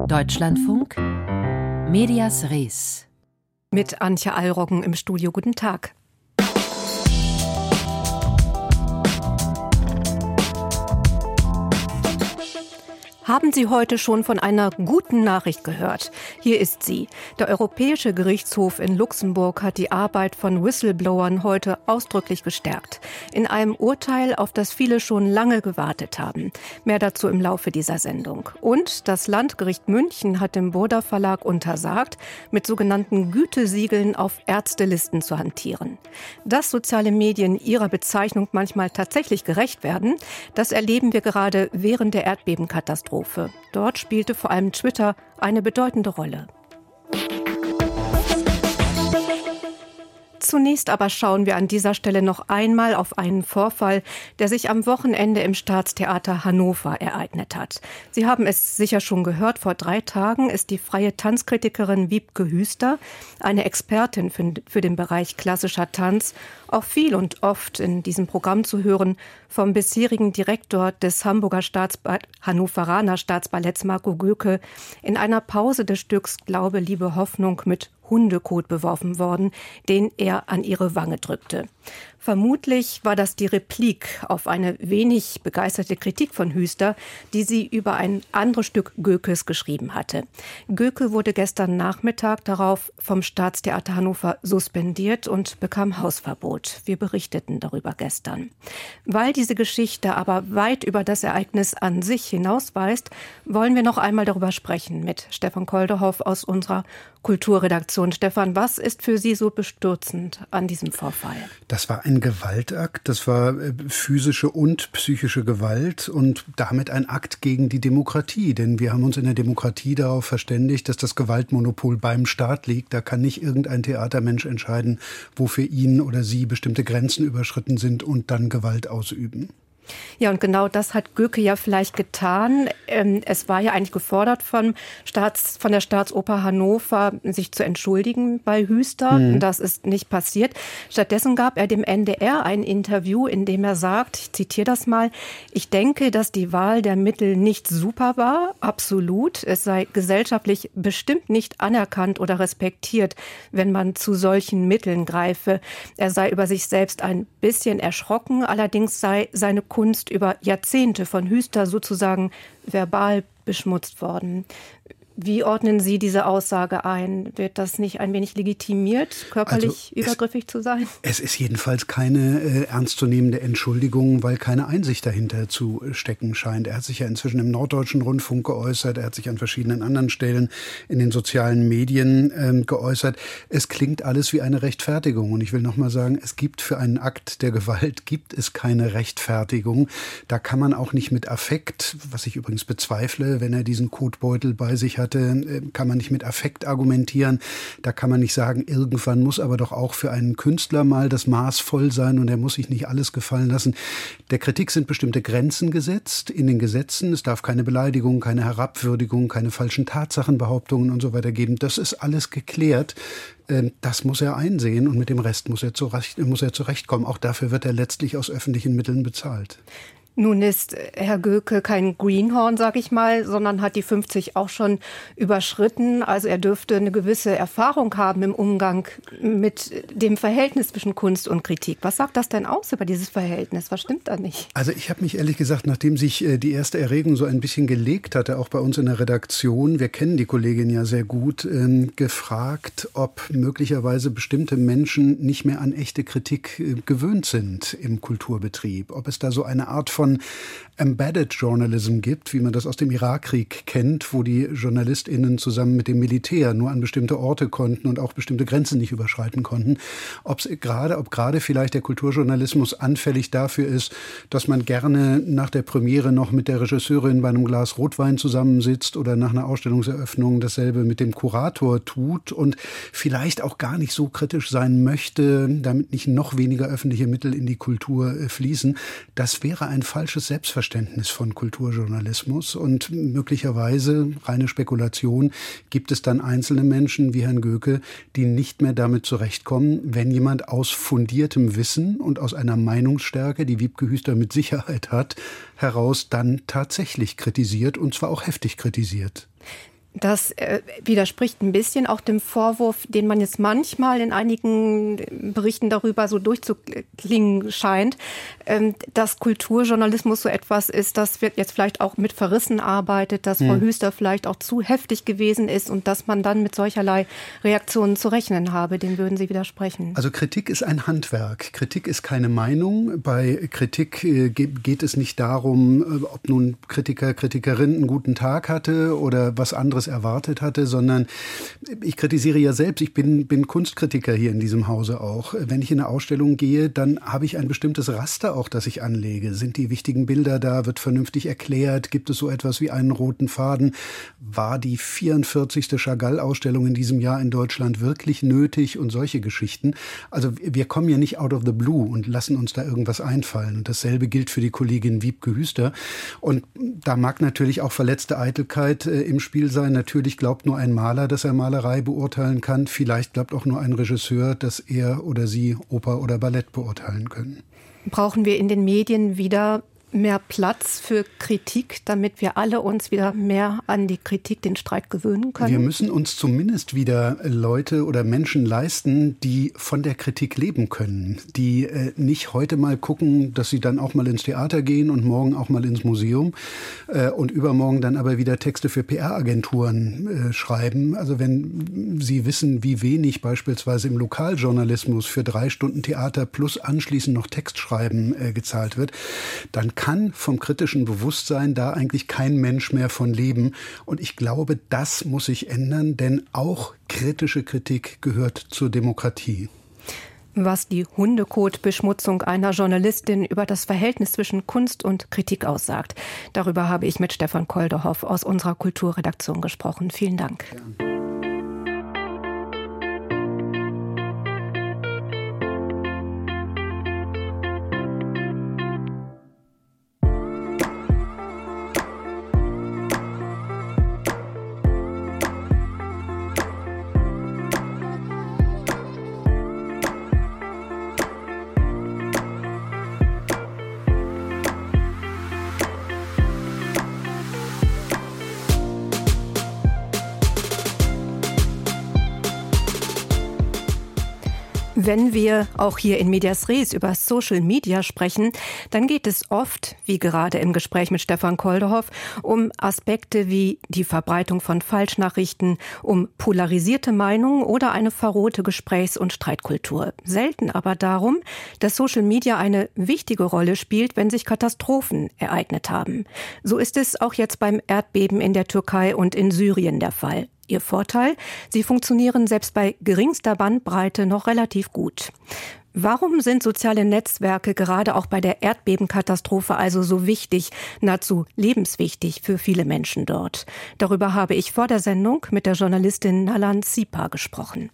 Deutschlandfunk, Medias Res. Mit Antje Allroggen im Studio. Guten Tag. Haben Sie heute schon von einer guten Nachricht gehört? Hier ist sie. Der Europäische Gerichtshof in Luxemburg hat die Arbeit von Whistleblowern heute ausdrücklich gestärkt. In einem Urteil, auf das viele schon lange gewartet haben. Mehr dazu im Laufe dieser Sendung. Und das Landgericht München hat dem Burda Verlag untersagt, mit sogenannten Gütesiegeln auf Ärztelisten zu hantieren. Dass soziale Medien ihrer Bezeichnung manchmal tatsächlich gerecht werden, das erleben wir gerade während der Erdbebenkatastrophe. Dort spielte vor allem Twitter eine bedeutende Rolle. Zunächst aber schauen wir an dieser Stelle noch einmal auf einen Vorfall, der sich am Wochenende im Staatstheater Hannover ereignet hat. Sie haben es sicher schon gehört, vor 3 Tagen ist die freie Tanzkritikerin Wiebke Hüster, eine Expertin für den Bereich klassischer Tanz, auch viel und oft in diesem Programm zu hören, vom bisherigen Direktor des Hannoveraner Staatsballetts Marco Göke in einer Pause des Stücks Glaube, Liebe, Hoffnung mit Hundekot beworfen worden, den er an ihre Wange drückte. Vermutlich war das die Replik auf eine wenig begeisterte Kritik von Hüster, die sie über ein anderes Stück Gökes geschrieben hatte. Göke wurde gestern Nachmittag darauf vom Staatstheater Hannover suspendiert und bekam Hausverbot. Wir berichteten darüber gestern. Weil diese Geschichte aber weit über das Ereignis an sich hinausweist, wollen wir noch einmal darüber sprechen mit Stefan Kolderhoff aus unserer Kulturredaktion. Stefan, was ist für Sie so bestürzend an diesem Vorfall? Das war ein Gewaltakt, das war physische und psychische Gewalt und damit ein Akt gegen die Demokratie. Denn wir haben uns in der Demokratie darauf verständigt, dass das Gewaltmonopol beim Staat liegt. Da kann nicht irgendein Theatermensch entscheiden, wo für ihn oder sie bestimmte Grenzen überschritten sind und dann Gewalt ausüben. Ja, und genau das hat Göke ja vielleicht getan. Es war ja eigentlich gefordert von der Staatsoper Hannover, sich zu entschuldigen bei Hüster. Das ist nicht passiert. Stattdessen gab er dem NDR ein Interview, in dem er sagt, ich zitiere das mal, ich denke, dass die Wahl der Mittel nicht super war, absolut. Es sei gesellschaftlich bestimmt nicht anerkannt oder respektiert, wenn man zu solchen Mitteln greife. Er sei über sich selbst ein bisschen erschrocken, allerdings sei seine Kunst über Jahrzehnte von Hüster sozusagen verbal beschmutzt worden. Wie ordnen Sie diese Aussage ein? Wird das nicht ein wenig legitimiert, körperlich übergriffig zu sein? Es ist jedenfalls keine ernstzunehmende Entschuldigung, weil keine Einsicht dahinter zu stecken scheint. Er hat sich ja inzwischen im Norddeutschen Rundfunk geäußert, er hat sich an verschiedenen anderen Stellen in den sozialen Medien geäußert. Es klingt alles wie eine Rechtfertigung. Und ich will noch mal sagen, es gibt für einen Akt der Gewalt gibt es keine Rechtfertigung. Da kann man auch nicht mit Affekt, was ich übrigens bezweifle, wenn er diesen Kotbeutel bei sich hat, kann man nicht mit Affekt argumentieren. Da kann man nicht sagen, irgendwann muss aber doch auch für einen Künstler mal das Maß voll sein und er muss sich nicht alles gefallen lassen. Der Kritik sind bestimmte Grenzen gesetzt in den Gesetzen. Es darf keine Beleidigung, keine Herabwürdigung, keine falschen Tatsachenbehauptungen und so weiter geben. Das ist alles geklärt. Das muss er einsehen und mit dem Rest muss er zurechtkommen. Auch dafür wird er letztlich aus öffentlichen Mitteln bezahlt. Nun ist Herr Göke kein Greenhorn, sag ich mal, sondern hat die 50 auch schon überschritten. Also er dürfte eine gewisse Erfahrung haben im Umgang mit dem Verhältnis zwischen Kunst und Kritik. Was sagt das denn aus über dieses Verhältnis? Was stimmt da nicht? Also ich habe mich ehrlich gesagt, nachdem sich die erste Erregung so ein bisschen gelegt hatte, auch bei uns in der Redaktion, wir kennen die Kollegin ja sehr gut, gefragt, ob möglicherweise bestimmte Menschen nicht mehr an echte Kritik gewöhnt sind im Kulturbetrieb. Ob es da so eine Art von Embedded Journalism gibt, wie man das aus dem Irakkrieg kennt, wo die JournalistInnen zusammen mit dem Militär nur an bestimmte Orte konnten und auch bestimmte Grenzen nicht überschreiten konnten. Ob gerade vielleicht der Kulturjournalismus anfällig dafür ist, dass man gerne nach der Premiere noch mit der Regisseurin bei einem Glas Rotwein zusammensitzt oder nach einer Ausstellungseröffnung dasselbe mit dem Kurator tut und vielleicht auch gar nicht so kritisch sein möchte, damit nicht noch weniger öffentliche Mittel in die Kultur fließen. Das wäre ein falsches Selbstverständnis von Kulturjournalismus und möglicherweise, reine Spekulation, gibt es dann einzelne Menschen wie Herrn Göke, die nicht mehr damit zurechtkommen, wenn jemand aus fundiertem Wissen und aus einer Meinungsstärke, die Wiebke Hüster mit Sicherheit hat, heraus dann tatsächlich kritisiert und zwar auch heftig kritisiert. Das widerspricht ein bisschen auch dem Vorwurf, den man jetzt manchmal in einigen Berichten darüber so durchzuklingen scheint, dass Kulturjournalismus so etwas ist, das wird jetzt vielleicht auch mit Verrissen arbeitet, dass Frau Hüster vielleicht auch zu heftig gewesen ist und dass man dann mit solcherlei Reaktionen zu rechnen habe. Dem würden Sie widersprechen? Also Kritik ist ein Handwerk. Kritik ist keine Meinung. Bei Kritik geht es nicht darum, ob nun Kritiker, Kritikerin einen guten Tag hatte oder was anderes erwartet hatte, sondern ich kritisiere ja selbst. Ich bin Kunstkritiker hier in diesem Hause auch. Wenn ich in eine Ausstellung gehe, dann habe ich ein bestimmtes Raster auch, das ich anlege. Sind die wichtigen Bilder da? Wird vernünftig erklärt? Gibt es so etwas wie einen roten Faden? War die 44. Chagall-Ausstellung in diesem Jahr in Deutschland wirklich nötig? Und solche Geschichten. Also wir kommen ja nicht out of the blue und lassen uns da irgendwas einfallen. Und dasselbe gilt für die Kollegin Wiebke Hüster. Und da mag natürlich auch verletzte Eitelkeit im Spiel sein. Natürlich glaubt nur ein Maler, dass er Malerei beurteilen kann. Vielleicht glaubt auch nur ein Regisseur, dass er oder sie Oper oder Ballett beurteilen können. Brauchen wir in den Medien wieder mehr Platz für Kritik, damit wir alle uns wieder mehr an die Kritik, den Streit gewöhnen können? Wir müssen uns zumindest wieder Leute oder Menschen leisten, die von der Kritik leben können, die nicht heute mal gucken, dass sie dann auch mal ins Theater gehen und morgen auch mal ins Museum und übermorgen dann aber wieder Texte für PR-Agenturen schreiben. Also wenn Sie wissen, wie wenig beispielsweise im Lokaljournalismus für 3 Stunden Theater plus anschließend noch Textschreiben gezahlt wird, dann kann vom kritischen Bewusstsein da eigentlich kein Mensch mehr von leben. Und ich glaube, das muss sich ändern, denn auch kritische Kritik gehört zur Demokratie. Was die Hundekotbeschmutzung einer Journalistin über das Verhältnis zwischen Kunst und Kritik aussagt. Darüber habe ich mit Stefan Kolderhoff aus unserer Kulturredaktion gesprochen. Vielen Dank. Ja. Wenn wir auch hier in Medias Res über Social Media sprechen, dann geht es oft, wie gerade im Gespräch mit Stefan Kolderhoff, um Aspekte wie die Verbreitung von Falschnachrichten, um polarisierte Meinungen oder eine verrohte Gesprächs- und Streitkultur. Selten aber darum, dass Social Media eine wichtige Rolle spielt, wenn sich Katastrophen ereignet haben. So ist es auch jetzt beim Erdbeben in der Türkei und in Syrien der Fall. Ihr Vorteil? Sie funktionieren selbst bei geringster Bandbreite noch relativ gut. Warum sind soziale Netzwerke gerade auch bei der Erdbebenkatastrophe also so wichtig, nahezu lebenswichtig für viele Menschen dort? Darüber habe ich vor der Sendung mit der Journalistin Nalan Sipa gesprochen.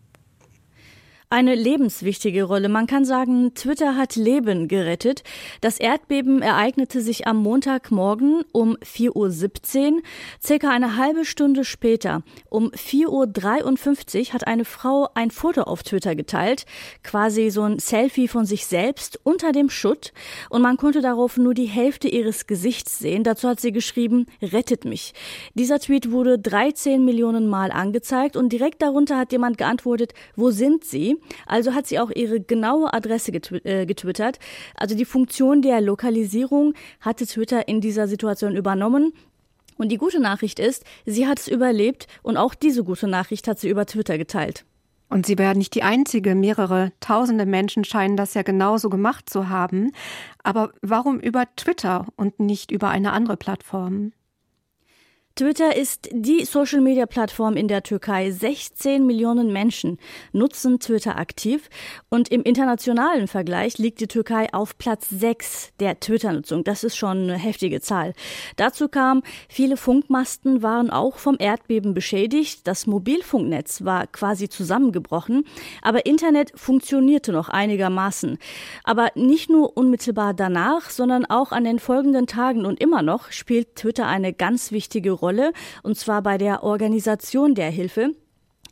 Eine lebenswichtige Rolle. Man kann sagen, Twitter hat Leben gerettet. Das Erdbeben ereignete sich am Montagmorgen um 4:17 Uhr. Circa eine halbe Stunde später, um 4:53 Uhr, hat eine Frau ein Foto auf Twitter geteilt. Quasi so ein Selfie von sich selbst unter dem Schutt. Und man konnte darauf nur die Hälfte ihres Gesichts sehen. Dazu hat sie geschrieben, rettet mich. Dieser Tweet wurde 13 Millionen Mal angezeigt und direkt darunter hat jemand geantwortet, wo sind Sie? Also hat sie auch ihre genaue Adresse getwittert. Also die Funktion der Lokalisierung hatte Twitter in dieser Situation übernommen. Und die gute Nachricht ist, sie hat es überlebt und auch diese gute Nachricht hat sie über Twitter geteilt. Und sie wäre nicht die einzige. Mehrere tausende Menschen scheinen das ja genauso gemacht zu haben. Aber warum über Twitter und nicht über eine andere Plattform? Twitter ist die Social-Media-Plattform in der Türkei. 16 Millionen Menschen nutzen Twitter aktiv. Und im internationalen Vergleich liegt die Türkei auf Platz 6 der Twitter-Nutzung. Das ist schon eine heftige Zahl. Dazu kam, viele Funkmasten waren auch vom Erdbeben beschädigt. Das Mobilfunknetz war quasi zusammengebrochen. Aber Internet funktionierte noch einigermaßen. Aber nicht nur unmittelbar danach, sondern auch an den folgenden Tagen und immer noch spielt Twitter eine ganz wichtige Rolle, und zwar bei der Organisation der Hilfe.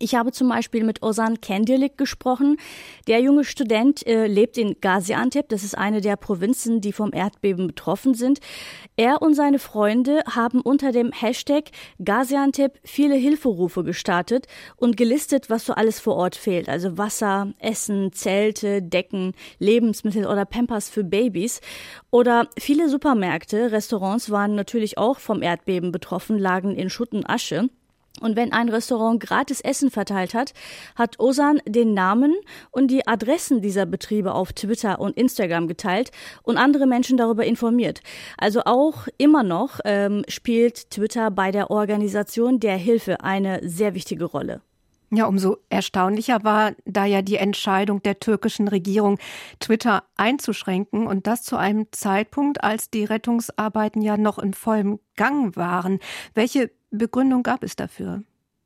Ich habe zum Beispiel mit Ozan Kendilik gesprochen. Der junge Student lebt in Gaziantep. Das ist eine der Provinzen, die vom Erdbeben betroffen sind. Er und seine Freunde haben unter dem Hashtag Gaziantep viele Hilferufe gestartet und gelistet, was so alles vor Ort fehlt. Also Wasser, Essen, Zelte, Decken, Lebensmittel oder Pampers für Babys. Oder viele Supermärkte, Restaurants waren natürlich auch vom Erdbeben betroffen, lagen in Schutt und Asche. Und wenn ein Restaurant gratis Essen verteilt hat, hat Ozan den Namen und die Adressen dieser Betriebe auf Twitter und Instagram geteilt und andere Menschen darüber informiert. Also auch immer noch spielt Twitter bei der Organisation der Hilfe eine sehr wichtige Rolle. Ja, umso erstaunlicher war da ja die Entscheidung der türkischen Regierung, Twitter einzuschränken und das zu einem Zeitpunkt, als die Rettungsarbeiten ja noch in vollem Gang waren. Welche Begründung gab es dafür?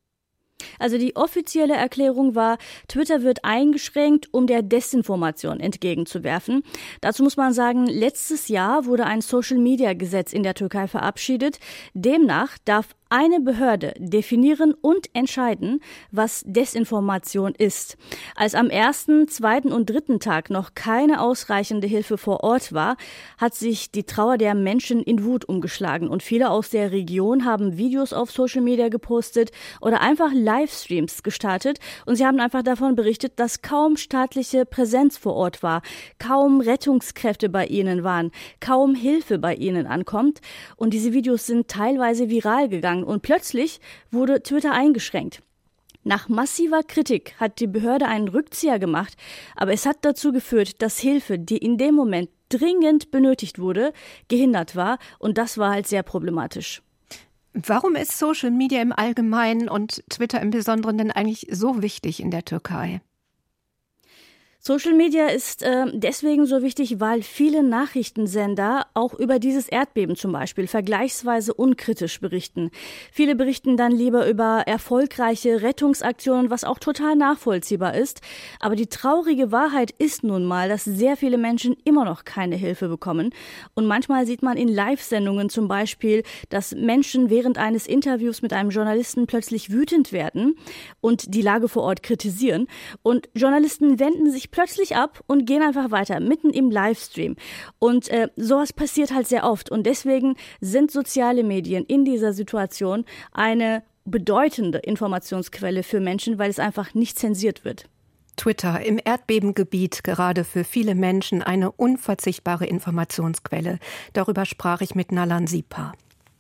Also die offizielle Erklärung war, Twitter wird eingeschränkt, um der Desinformation entgegenzuwerfen. Dazu muss man sagen, letztes Jahr wurde ein Social-Media-Gesetz in der Türkei verabschiedet. Demnach darf eine Behörde definieren und entscheiden, was Desinformation ist. Als am 1., 2. und 3. Tag noch keine ausreichende Hilfe vor Ort war, hat sich die Trauer der Menschen in Wut umgeschlagen und viele aus der Region haben Videos auf Social Media gepostet oder einfach Livestreams gestartet und sie haben einfach davon berichtet, dass kaum staatliche Präsenz vor Ort war, kaum Rettungskräfte bei ihnen waren, kaum Hilfe bei ihnen ankommt und diese Videos sind teilweise viral gegangen. Und plötzlich wurde Twitter eingeschränkt. Nach massiver Kritik hat die Behörde einen Rückzieher gemacht, aber es hat dazu geführt, dass Hilfe, die in dem Moment dringend benötigt wurde, gehindert war und das war halt sehr problematisch. Warum ist Social Media im Allgemeinen und Twitter im Besonderen denn eigentlich so wichtig in der Türkei? Social Media ist deswegen so wichtig, weil viele Nachrichtensender auch über dieses Erdbeben zum Beispiel vergleichsweise unkritisch berichten. Viele berichten dann lieber über erfolgreiche Rettungsaktionen, was auch total nachvollziehbar ist. Aber die traurige Wahrheit ist nun mal, dass sehr viele Menschen immer noch keine Hilfe bekommen. Und manchmal sieht man in Live-Sendungen zum Beispiel, dass Menschen während eines Interviews mit einem Journalisten plötzlich wütend werden und die Lage vor Ort kritisieren. Und Journalisten wenden sich plötzlich ab und gehen einfach weiter, mitten im Livestream. Und sowas passiert halt sehr oft. Und deswegen sind soziale Medien in dieser Situation eine bedeutende Informationsquelle für Menschen, weil es einfach nicht zensiert wird. Twitter im Erdbebengebiet gerade für viele Menschen eine unverzichtbare Informationsquelle. Darüber sprach ich mit Nalan Sipa.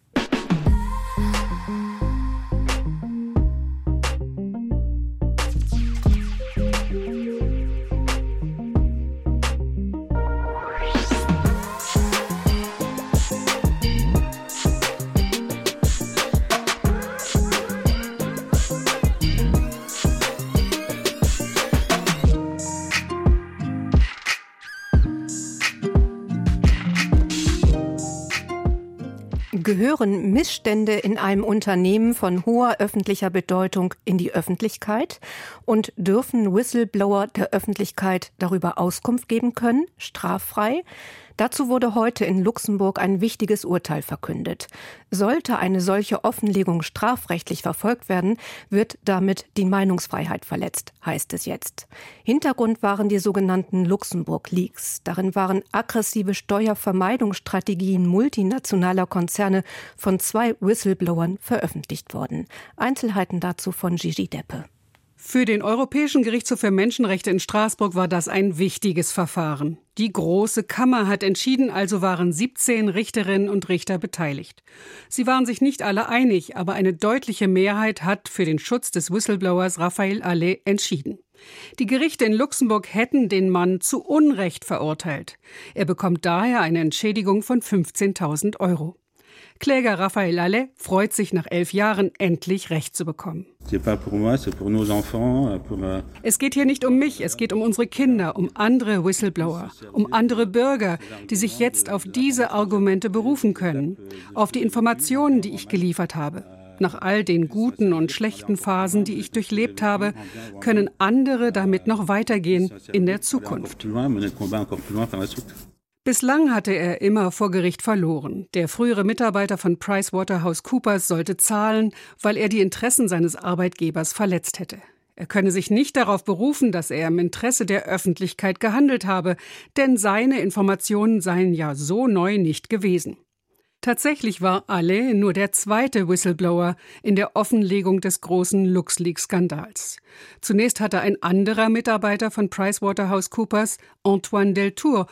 Gehören Missstände in einem Unternehmen von hoher öffentlicher Bedeutung in die Öffentlichkeit? Und dürfen Whistleblower der Öffentlichkeit darüber Auskunft geben können, straffrei? Dazu wurde heute in Luxemburg ein wichtiges Urteil verkündet. Sollte eine solche Offenlegung strafrechtlich verfolgt werden, wird damit die Meinungsfreiheit verletzt, heißt es jetzt. Hintergrund waren die sogenannten Luxemburg-Leaks. Darin waren aggressive Steuervermeidungsstrategien multinationaler Konzerne von 2 Whistleblowern veröffentlicht worden. Einzelheiten dazu von Gigi Deppe. Für den Europäischen Gerichtshof für Menschenrechte in Straßburg war das ein wichtiges Verfahren. Die Große Kammer hat entschieden, also waren 17 Richterinnen und Richter beteiligt. Sie waren sich nicht alle einig, aber eine deutliche Mehrheit hat für den Schutz des Whistleblowers Raphael Allais entschieden. Die Gerichte in Luxemburg hätten den Mann zu Unrecht verurteilt. Er bekommt daher eine Entschädigung von 15.000 €. Kläger Raphael Allais freut sich nach 11 Jahren endlich Recht zu bekommen. Es geht hier nicht um mich, es geht um unsere Kinder, um andere Whistleblower, um andere Bürger, die sich jetzt auf diese Argumente berufen können, auf die Informationen, die ich geliefert habe. Nach all den guten und schlechten Phasen, die ich durchlebt habe, können andere damit noch weitergehen in der Zukunft. Bislang hatte er immer vor Gericht verloren. Der frühere Mitarbeiter von PricewaterhouseCoopers sollte zahlen, weil er die Interessen seines Arbeitgebers verletzt hätte. Er könne sich nicht darauf berufen, dass er im Interesse der Öffentlichkeit gehandelt habe, denn seine Informationen seien ja so neu nicht gewesen. Tatsächlich war Halet nur der zweite Whistleblower in der Offenlegung des großen LuxLeaks-Skandals. Zunächst hatte ein anderer Mitarbeiter von PricewaterhouseCoopers, Antoine Deltour,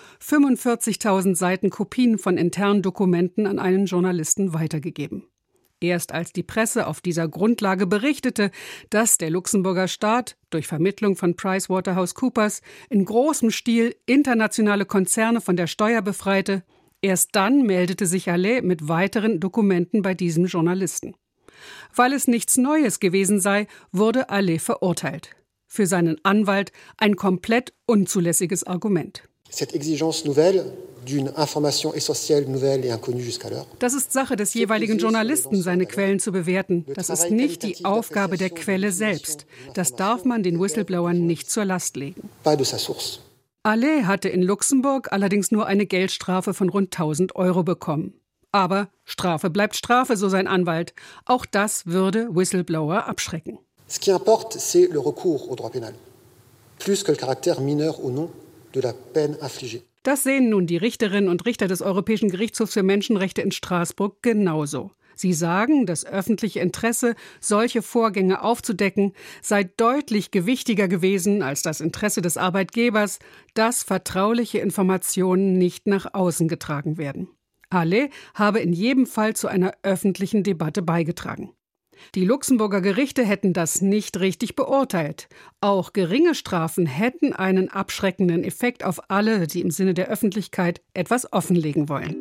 45.000 Seiten Kopien von internen Dokumenten an einen Journalisten weitergegeben. Erst als die Presse auf dieser Grundlage berichtete, dass der Luxemburger Staat durch Vermittlung von PricewaterhouseCoopers in großem Stil internationale Konzerne von der Steuer befreite, erst dann meldete sich Halet mit weiteren Dokumenten bei diesem Journalisten. Weil es nichts Neues gewesen sei, wurde Halet verurteilt. Für seinen Anwalt ein komplett unzulässiges Argument. Cette exigence nouvelle d'une information essentielle, nouvelle et inconnue jusqu'alors. Das ist Sache des jeweiligen Journalisten, seine Quellen zu bewerten. Das ist nicht die Aufgabe der Quelle selbst. Das darf man den Whistleblowern nicht zur Last legen. Pas de sa source. Halet hatte in Luxemburg allerdings nur eine Geldstrafe von rund 1.000 € bekommen. Aber Strafe bleibt Strafe, so sein Anwalt. Auch das würde Whistleblower abschrecken. Ce qui importe, c'est le recours au droit pénal, plus que le caractère mineur ou non de la peine infligée. Das sehen nun die Richterinnen und Richter des Europäischen Gerichtshofs für Menschenrechte in Straßburg genauso. Sie sagen, das öffentliche Interesse, solche Vorgänge aufzudecken, sei deutlich gewichtiger gewesen als das Interesse des Arbeitgebers, dass vertrauliche Informationen nicht nach außen getragen werden. Halet habe in jedem Fall zu einer öffentlichen Debatte beigetragen. Die Luxemburger Gerichte hätten das nicht richtig beurteilt. Auch geringe Strafen hätten einen abschreckenden Effekt auf alle, die im Sinne der Öffentlichkeit etwas offenlegen wollen.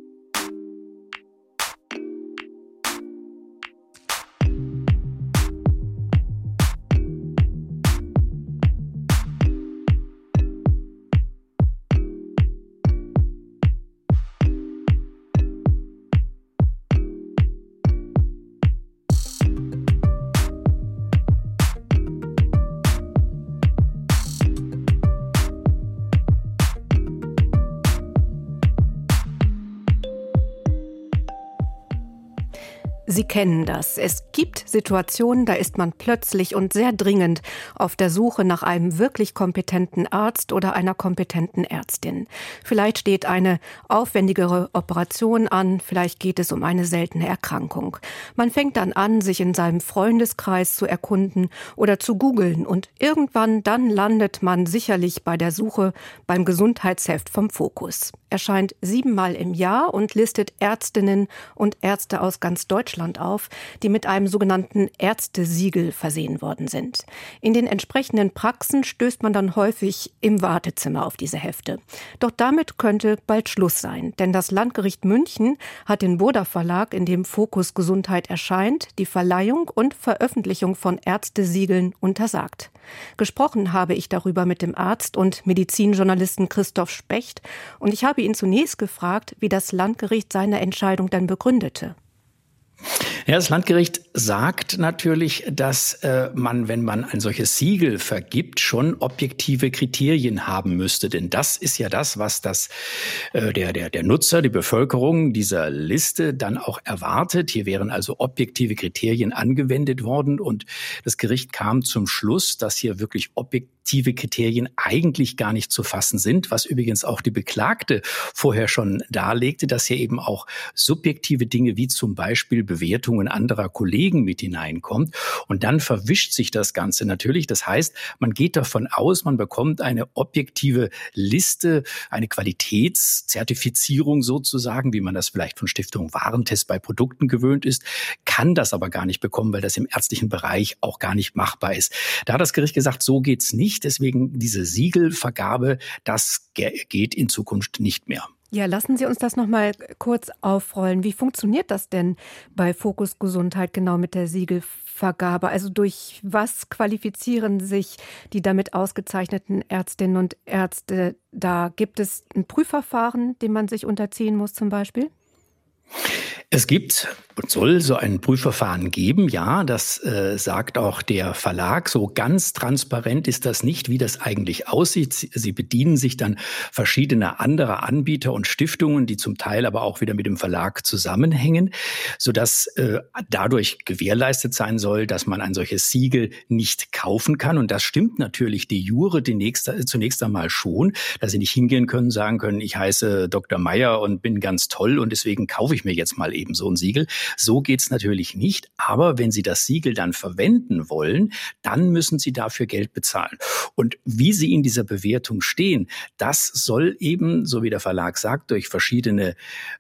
Sie kennen das. Es gibt Situationen, da ist man plötzlich und sehr dringend auf der Suche nach einem wirklich kompetenten Arzt oder einer kompetenten Ärztin. Vielleicht steht eine aufwendigere Operation an, vielleicht geht es um eine seltene Erkrankung. Man fängt dann an, sich in seinem Freundeskreis zu erkunden oder zu googeln und irgendwann dann landet man sicherlich bei der Suche beim Gesundheitsheft vom Fokus. Erscheint 7-mal im Jahr und listet Ärztinnen und Ärzte aus ganz Deutschland auf, die mit einem sogenannten Ärztesiegel versehen worden sind. In den entsprechenden Praxen stößt man dann häufig im Wartezimmer auf diese Hefte. Doch damit könnte bald Schluss sein, denn das Landgericht München hat den Burda Verlag, in dem Fokus Gesundheit erscheint, die Verleihung und Veröffentlichung von Ärztesiegeln untersagt. Gesprochen habe ich darüber mit dem Arzt und Medizinjournalisten Christoph Specht und ich habe ihn zunächst gefragt, wie das Landgericht seine Entscheidung dann begründete. Ja, das Landgericht sagt natürlich, dass man, wenn man ein solches Siegel vergibt, schon objektive Kriterien haben müsste. Denn das ist ja das, was der Nutzer, die Bevölkerung dieser Liste dann auch erwartet. Hier wären also objektive Kriterien angewendet worden. Und das Gericht kam zum Schluss, dass hier wirklich objektive Kriterien eigentlich gar nicht zu fassen sind. Was übrigens auch die Beklagte vorher schon darlegte, dass hier eben auch subjektive Dinge wie zum Beispiel Bewertungen anderer Kollegen mit hineinkommt. Und dann verwischt sich das Ganze natürlich. Das heißt, man geht davon aus, man bekommt eine objektive Liste, eine Qualitätszertifizierung sozusagen, wie man das vielleicht von Stiftung Warentest bei Produkten gewöhnt ist, kann das aber gar nicht bekommen, weil das im ärztlichen Bereich auch gar nicht machbar ist. Da hat das Gericht gesagt, so geht's nicht. Deswegen diese Siegelvergabe, das geht in Zukunft nicht mehr. Ja, lassen Sie uns das noch mal kurz aufrollen. Wie funktioniert das denn bei Fokus Gesundheit genau mit der Siegelvergabe? Also durch was qualifizieren sich die damit ausgezeichneten Ärztinnen und Ärzte da? Gibt es ein Prüfverfahren, dem man sich unterziehen muss zum Beispiel? Es gibt und soll so ein Prüfverfahren geben, ja, das sagt auch der Verlag. So ganz transparent ist das nicht, wie das eigentlich aussieht. Sie bedienen sich dann verschiedener anderer Anbieter und Stiftungen, die zum Teil aber auch wieder mit dem Verlag zusammenhängen, sodass dadurch gewährleistet sein soll, dass man ein solches Siegel nicht kaufen kann. Und das stimmt natürlich de jure zunächst einmal schon, dass Sie nicht hingehen können, sagen können, ich heiße Dr. Meyer und bin ganz toll und deswegen kaufe ich mir jetzt mal eben so ein Siegel. So geht's natürlich nicht. Aber wenn Sie das Siegel dann verwenden wollen, dann müssen Sie dafür Geld bezahlen. Und wie Sie in dieser Bewertung stehen, das soll eben, so wie der Verlag sagt, durch verschiedene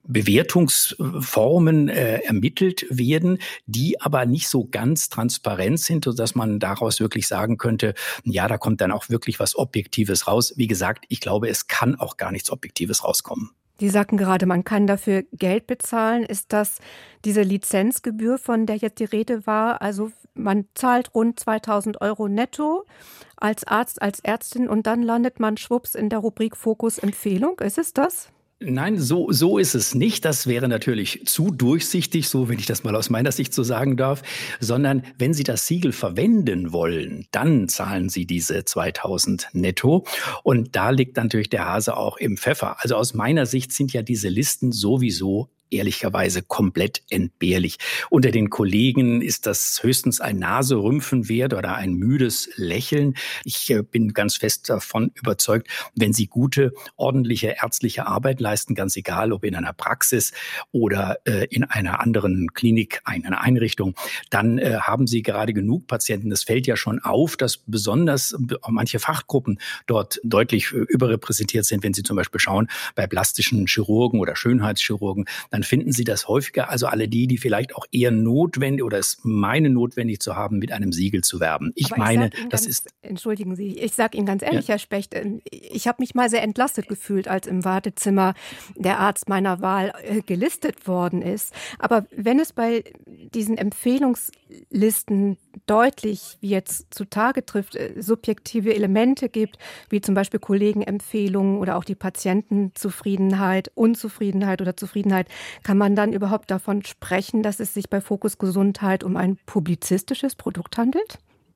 Bewertungsformen ermittelt werden, die aber nicht so ganz transparent sind, sodass man daraus wirklich sagen könnte, ja, da kommt dann auch wirklich was Objektives raus. Wie gesagt, ich glaube, es kann auch gar nichts Objektives rauskommen. Sie sagten gerade, man kann dafür Geld bezahlen. Ist das diese Lizenzgebühr, von der jetzt die Rede war? Also man zahlt rund 2.000 € netto als Arzt, als Ärztin und dann landet man schwupps in der Rubrik Fokus Empfehlung. Ist es das? Nein, so ist es nicht. Das wäre natürlich zu durchsichtig, so wenn ich das mal aus meiner Sicht so sagen darf, sondern wenn Sie das Siegel verwenden wollen, dann zahlen Sie diese 2.000 netto und da liegt natürlich der Hase auch im Pfeffer. Also aus meiner Sicht sind ja diese Listen sowieso ehrlicherweise komplett entbehrlich. Unter den Kollegen ist das höchstens ein Naserümpfen wert oder ein müdes Lächeln. Ich bin ganz fest davon überzeugt, wenn Sie gute, ordentliche ärztliche Arbeit leisten, ganz egal, ob in einer Praxis oder in einer anderen Klinik, einer Einrichtung, dann haben Sie gerade genug Patienten. Es fällt ja schon auf, dass besonders manche Fachgruppen dort deutlich überrepräsentiert sind. Wenn Sie zum Beispiel schauen, bei plastischen Chirurgen oder Schönheitschirurgen, dann finden Sie das häufiger. Also alle die vielleicht auch eher notwendig oder es meinen, notwendig zu haben, mit einem Siegel zu werben. Ich meine, das ist... Entschuldigen Sie, ich sage Ihnen ganz ehrlich, ja? Herr Specht, ich habe mich mal sehr entlastet gefühlt, als im Wartezimmer der Arzt meiner Wahl gelistet worden ist. Aber wenn es bei diesen Empfehlungslisten deutlich, wie jetzt zutage trifft, subjektive Elemente gibt, wie zum Beispiel Kollegenempfehlungen oder auch die Patientenzufriedenheit, Unzufriedenheit oder Zufriedenheit, kann man dann überhaupt davon sprechen, dass es sich bei Fokus Gesundheit um ein publizistisches Produkt handelt?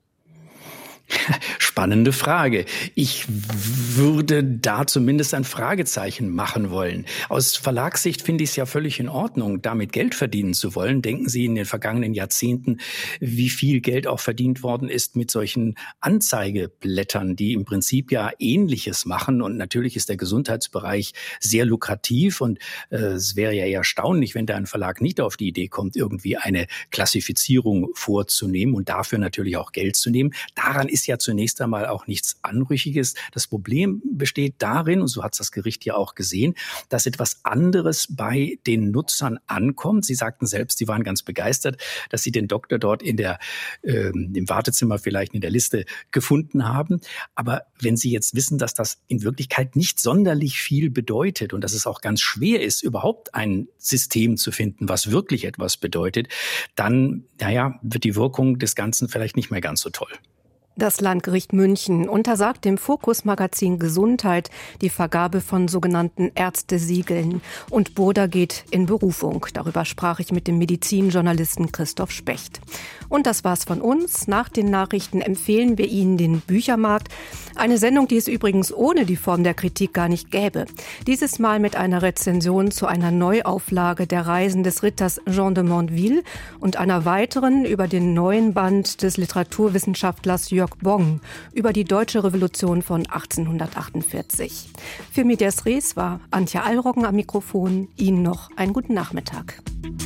Spannende Frage. Ich würde da zumindest ein Fragezeichen machen wollen. Aus Verlagssicht finde ich es ja völlig in Ordnung, damit Geld verdienen zu wollen. Denken Sie in den vergangenen Jahrzehnten, wie viel Geld auch verdient worden ist mit solchen Anzeigeblättern, die im Prinzip ja Ähnliches machen. Und natürlich ist der Gesundheitsbereich sehr lukrativ. Und es wäre ja eher erstaunlich, wenn da ein Verlag nicht auf die Idee kommt, irgendwie eine Klassifizierung vorzunehmen und dafür natürlich auch Geld zu nehmen. Daran ist ja zunächst einmal auch nichts Anrüchiges. Das Problem besteht darin, und so hat es das Gericht ja auch gesehen, dass etwas anderes bei den Nutzern ankommt. Sie sagten selbst, Sie waren ganz begeistert, dass Sie den Doktor dort im Wartezimmer vielleicht in der Liste gefunden haben. Aber wenn Sie jetzt wissen, dass das in Wirklichkeit nicht sonderlich viel bedeutet und dass es auch ganz schwer ist, überhaupt ein System zu finden, was wirklich etwas bedeutet, dann, wird die Wirkung des Ganzen vielleicht nicht mehr ganz so toll. Das Landgericht München untersagt dem Fokus-Magazin Gesundheit die Vergabe von sogenannten Ärztesiegeln. Und Burda geht in Berufung. Darüber sprach ich mit dem Medizinjournalisten Christoph Specht. Und das war's von uns. Nach den Nachrichten empfehlen wir Ihnen den Büchermarkt. Eine Sendung, die es übrigens ohne die Form der Kritik gar nicht gäbe. Dieses Mal mit einer Rezension zu einer Neuauflage der Reisen des Ritters Jean de Mondeville und einer weiteren über den neuen Band des Literaturwissenschaftlers Jörg Bong über die Deutsche Revolution von 1848. Für Medias Res war Antje Allroggen am Mikrofon. Ihnen noch einen guten Nachmittag.